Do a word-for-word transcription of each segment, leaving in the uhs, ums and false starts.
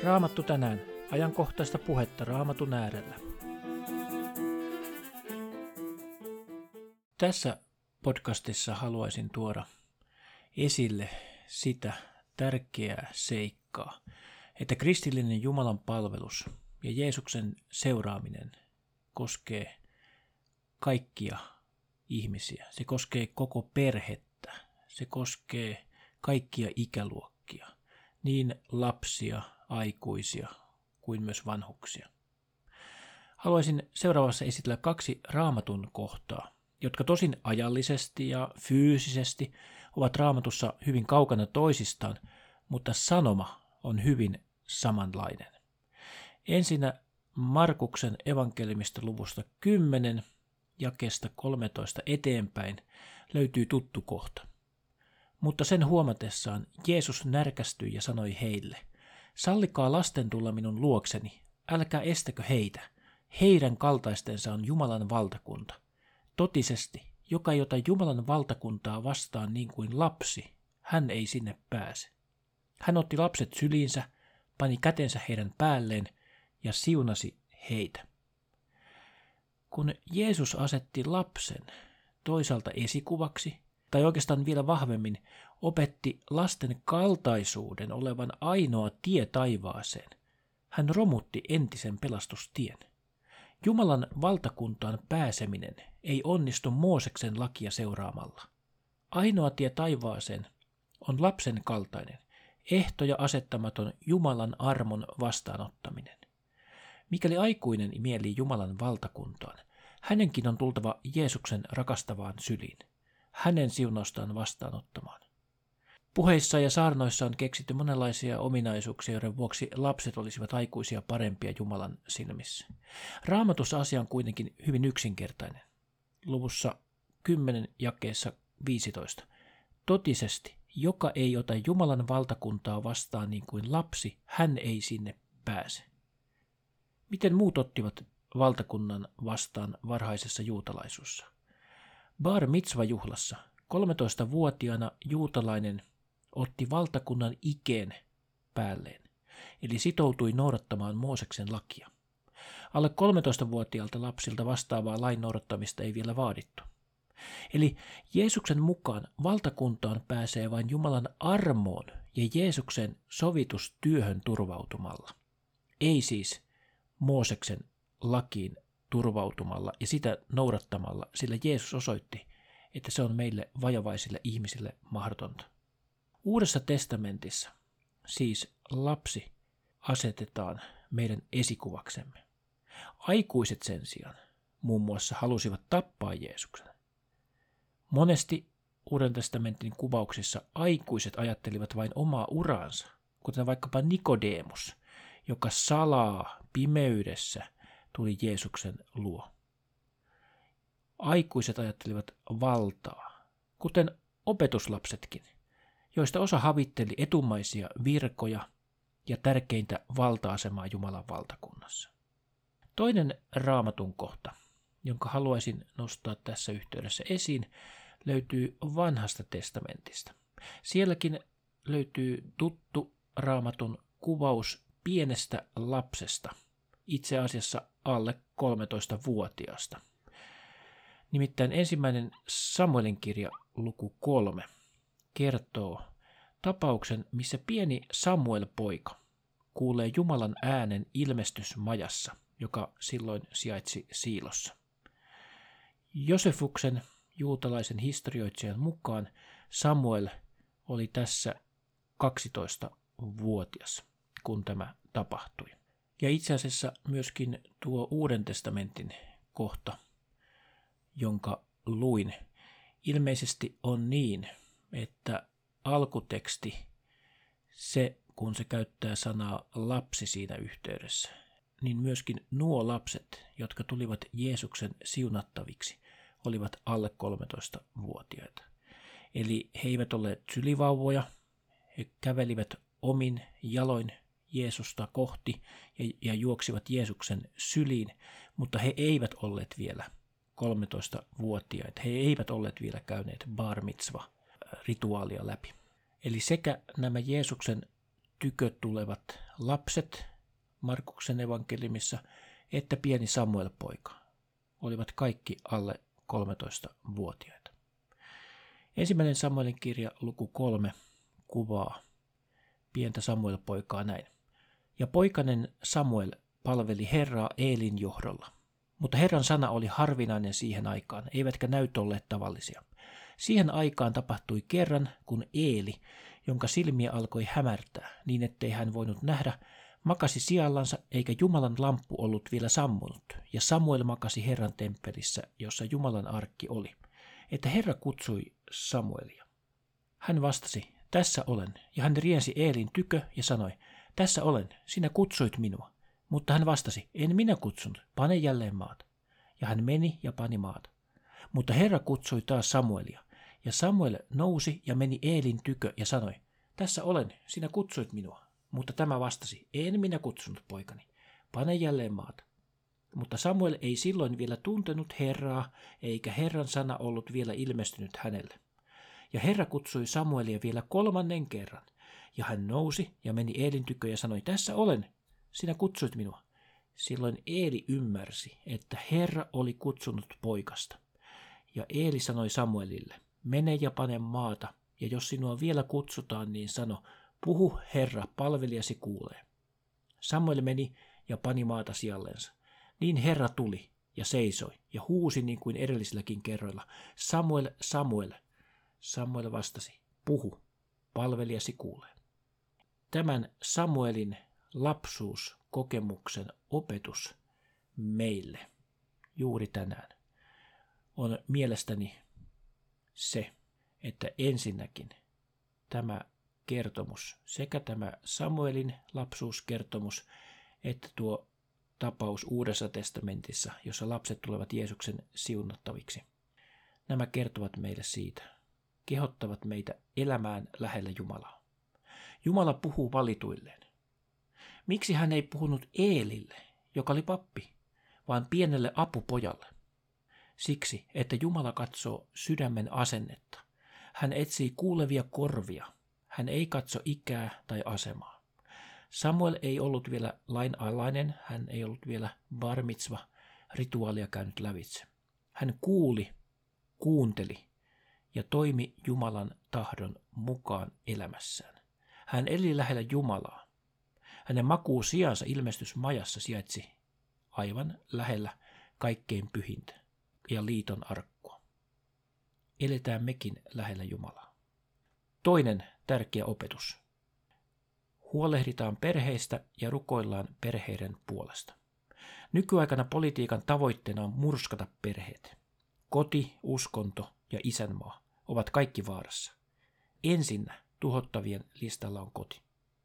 Raamattu tänään. Ajankohtaista puhetta Raamatun äärellä. Tässä podcastissa haluaisin tuoda esille sitä tärkeää seikkaa, että kristillinen Jumalan palvelus ja Jeesuksen seuraaminen koskee kaikkia ihmisiä. Se koskee koko perhettä. Se koskee kaikkia ikäluokkia, niin lapsia, aikuisia kuin myös vanhuksia. Haluaisin seuraavassa esitellä kaksi Raamatun kohtaa, jotka tosin ajallisesti ja fyysisesti ovat Raamatussa hyvin kaukana toisistaan, mutta sanoma on hyvin samanlainen. Ensinnä Markuksen evankeliumista luvusta kymmenen, jakeesta kolmetoista eteenpäin löytyy tuttu kohta. Mutta sen huomatessaan Jeesus närkästyi ja sanoi heille, sallikaa lasten tulla minun luokseni, älkää estäkö heitä. Heidän kaltaistensa on Jumalan valtakunta. Totisesti, joka ei ota Jumalan valtakuntaa vastaan niin kuin lapsi, hän ei sinne pääse. Hän otti lapset syliinsä, pani kätensä heidän päälleen ja siunasi heitä. Kun Jeesus asetti lapsen toisaalta esikuvaksi, tai oikeastaan vielä vahvemmin opetti lasten kaltaisuuden olevan ainoa tie taivaaseen, hän romutti entisen pelastustien. Jumalan valtakuntaan pääseminen ei onnistu Mooseksen lakia seuraamalla. Ainoa tie taivaaseen on lapsen kaltainen, ehtoja asettamaton Jumalan armon vastaanottaminen. Mikäli aikuinen mielii Jumalan valtakuntaan, hänenkin on tultava Jeesuksen rakastavaan syliin, hänen siunaustaan vastaanottamaan. Puheissa ja saarnoissa on keksitty monenlaisia ominaisuuksia, joiden vuoksi lapset olisivat aikuisia parempia Jumalan silmissä. Raamatussa asia on kuitenkin hyvin yksinkertainen. Luvussa kymmenen jakeessa viisitoista. Totisesti, joka ei ota Jumalan valtakuntaa vastaan niin kuin lapsi, hän ei sinne pääse. Miten muut ottivat valtakunnan vastaan varhaisessa juutalaisuussa? Bar mitzva-juhlassa kolmetoistavuotiaana juutalainen otti valtakunnan ikeen päälleen, eli sitoutui noudattamaan Mooseksen lakia. Alle kolmetoistavuotiaalta lapsilta vastaavaa lain noudattamista ei vielä vaadittu. Eli Jeesuksen mukaan valtakuntaan pääsee vain Jumalan armoon ja Jeesuksen sovitustyöhön turvautumalla. Ei siis Mooseksen lakiin turvautumalla ja sitä noudattamalla, sillä Jeesus osoitti, että se on meille vajavaisille ihmisille mahdotonta. Uudessa testamentissa siis lapsi asetetaan meidän esikuvaksemme. Aikuiset sen sijaan muun muassa halusivat tappaa Jeesuksen. Monesti Uuden testamentin kuvauksissa aikuiset ajattelivat vain omaa uraansa, kuten vaikkapa Nikodemus, joka salaa pimeydessä tuli Jeesuksen luo. Aikuiset ajattelivat valtaa, kuten opetuslapsetkin, joista osa havitteli etumaisia virkoja ja tärkeintä valta-asemaa Jumalan valtakunnassa. Toinen Raamatun kohta, jonka haluaisin nostaa tässä yhteydessä esiin, löytyy Vanhasta testamentista. Sielläkin löytyy tuttu Raamatun kuvaus pienestä lapsesta, itse asiassa alle kolmetoistavuotiaasta. Nimittäin ensimmäinen Samuelin kirja luku kolme kertoo tapauksen, missä pieni Samuel-poika kuulee Jumalan äänen ilmestysmajassa, joka silloin sijaitsi Siilossa. Josefuksen juutalaisen historioitsijan mukaan Samuel oli tässä kaksitoistavuotias, kun tämä tapahtui. Ja itse asiassa myöskin tuo Uuden testamentin kohta, jonka luin, ilmeisesti on niin, että alkuteksti, se kun se käyttää sanaa lapsi siinä yhteydessä, niin myöskin nuo lapset, jotka tulivat Jeesuksen siunattaviksi, olivat alle kolmetoistavuotiaita. Eli he eivät olleet sylivauvoja, he kävelivät omin jaloin Jeesusta kohti ja, ja juoksivat Jeesuksen syliin, mutta he eivät olleet vielä kolmetoistavuotiaita. He eivät olleet vielä käyneet bar mitzva rituaalia läpi. Eli sekä nämä Jeesuksen tykö tulevat lapset Markuksen evankeliumissa että pieni Samuel-poika olivat kaikki alle kolmetoistavuotiaita. Ensimmäinen Samuelin kirja luku kolme kuvaa pientä Samuel-poikaa näin. Ja poikanen Samuel palveli Herraa Eelin johdolla, mutta Herran sana oli harvinainen siihen aikaan, eivätkä näyt olleet tavallisia. Siihen aikaan tapahtui kerran, kun Eeli, jonka silmiä alkoi hämärtää niin, ettei hän voinut nähdä, makasi sijallansa eikä Jumalan lamppu ollut vielä sammunut, ja Samuel makasi Herran temppelissä, jossa Jumalan arkki oli, että Herra kutsui Samuelia. Hän vastasi, tässä olen, ja hän riensi Eelin tykö ja sanoi, tässä olen, sinä kutsuit minua. Mutta hän vastasi, en minä kutsunut, pane jälleen maata. Ja hän meni ja pani maata. Mutta Herra kutsui taas Samuelia, ja Samuel nousi ja meni Eelin tykö ja sanoi, tässä olen, sinä kutsuit minua. Mutta tämä vastasi, en minä kutsunut poikani, pane jälleen maata. Mutta Samuel ei silloin vielä tuntenut Herraa, eikä Herran sana ollut vielä ilmestynyt hänelle. Ja Herra kutsui Samuelia vielä kolmannen kerran, ja hän nousi ja meni Eelin tykö ja sanoi, tässä olen, sinä kutsuit minua. Silloin Eeli ymmärsi, että Herra oli kutsunut poikasta. Ja Eeli sanoi Samuelille, mene ja pane maata, ja jos sinua vielä kutsutaan, niin sano, puhu Herra, palvelijasi kuulee. Samuel meni ja pani maata sijallensa. Niin Herra tuli ja seisoi ja huusi niin kuin edellisilläkin kerroilla, Samuel, Samuel. Samuel vastasi, puhu, palvelijasi kuulee. Tämän Samuelin lapsuuskokemuksen opetus meille juuri tänään on mielestäni se, että ensinnäkin tämä kertomus, sekä tämä Samuelin lapsuuskertomus, että tuo tapaus Uudessa testamentissa, jossa lapset tulevat Jeesuksen siunattaviksi. Nämä kertovat meille siitä, kehottavat meitä elämään lähellä Jumalaa. Jumala puhuu valituilleen. Miksi hän ei puhunut Eelille, joka oli pappi, vaan pienelle apupojalle? Siksi, että Jumala katsoo sydämen asennetta. Hän etsii kuulevia korvia. Hän ei katso ikää tai asemaa. Samuel ei ollut vielä lainalainen, hän ei ollut vielä bar mitzva rituaalia käynyt lävitse. Hän kuuli, kuunteli ja toimi Jumalan tahdon mukaan elämässään. Hän eli lähellä Jumalaa. Hänen makuusijansa ilmestysmajassa sijaitsi aivan lähellä kaikkein pyhintä ja liiton arkkua. Eletään mekin lähellä Jumalaa. Toinen tärkeä opetus. Huolehditaan perheistä ja rukoillaan perheiden puolesta. Nykyaikana politiikan tavoitteena on murskata perheet. Koti, uskonto ja isänmaa ovat kaikki vaarassa. Ensinnä tuhottavien listalla on koti.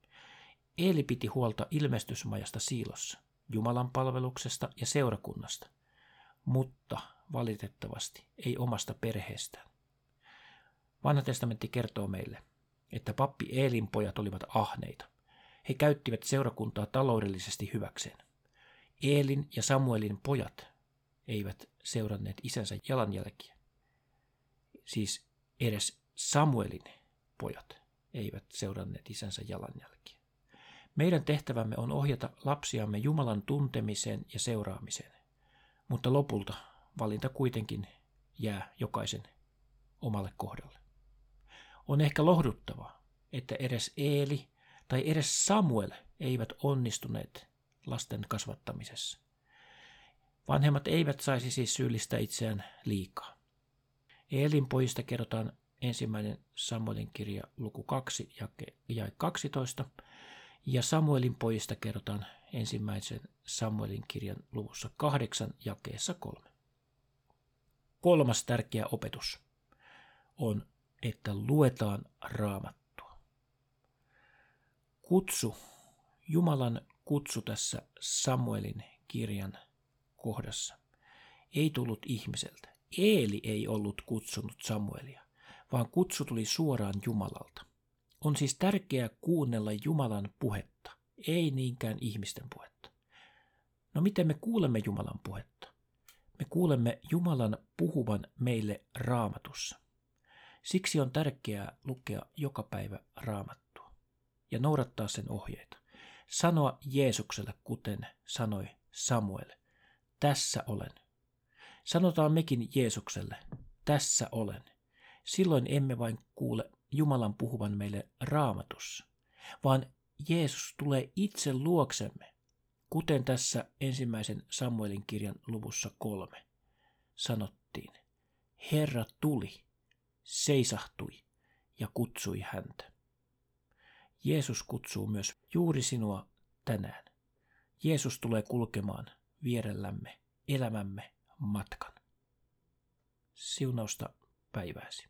Eeli piti huolta ilmestysmajasta Siilossa, Jumalan palveluksesta ja seurakunnasta, mutta valitettavasti ei omasta perheestään. Vanha testamentti kertoo meille, että pappi Eelin pojat olivat ahneita. He käyttivät seurakuntaa taloudellisesti hyväkseen. Eelin ja Samuelin pojat eivät seuranneet isänsä jalanjälkiä. Siis edes Samuelin pojat eivät seuranneet isänsä jalanjälkiä. Meidän tehtävämme on ohjata lapsiamme Jumalan tuntemiseen ja seuraamiseen, mutta lopulta valinta kuitenkin jää jokaisen omalle kohdalle. On ehkä lohduttavaa, että edes Eeli tai edes Samuel eivät onnistuneet lasten kasvattamisessa. Vanhemmat eivät saisi siis syyllistää itseään liikaa. Eelin pojista kerrotaan ensimmäinen Samuelin kirja luku kaksi jae kaksitoista ja Samuelin pojista kerrotaan ensimmäisen Samuelin kirjan luvussa kahdeksan jakeessa kolme. Kolmas tärkeä opetus on, että luetaan Raamattua. Kutsu, Jumalan kutsu tässä Samuelin kirjan kohdassa ei tullut ihmiseltä. Eeli ei ollut kutsunut Samuelia, vaan kutsu tuli suoraan Jumalalta. On siis tärkeää kuunnella Jumalan puhetta, ei niinkään ihmisten puhetta. No miten me kuulemme Jumalan puhetta? Me kuulemme Jumalan puhuvan meille Raamatussa. Siksi on tärkeää lukea joka päivä Raamattua ja noudattaa sen ohjeita. Sanoa Jeesukselle, kuten sanoi Samuel, tässä olen. Sanotaan mekin Jeesukselle, tässä olen. Silloin emme vain kuule Jumalan puhuvan meille Raamatussa, vaan Jeesus tulee itse luoksemme, kuten tässä ensimmäisen Samuelin kirjan luvussa kolme sanottiin. Herra tuli, seisahtui ja kutsui häntä. Jeesus kutsuu myös juuri sinua tänään. Jeesus tulee kulkemaan vierellämme elämämme matkan. Siunausta päivääsi.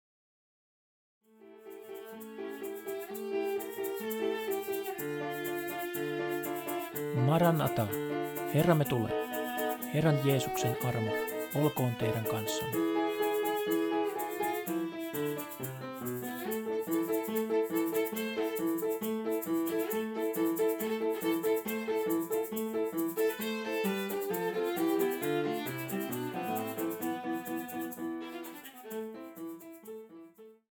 Maranata, Herramme tulee. Herran Jeesuksen armo olkoon teidän kanssanne.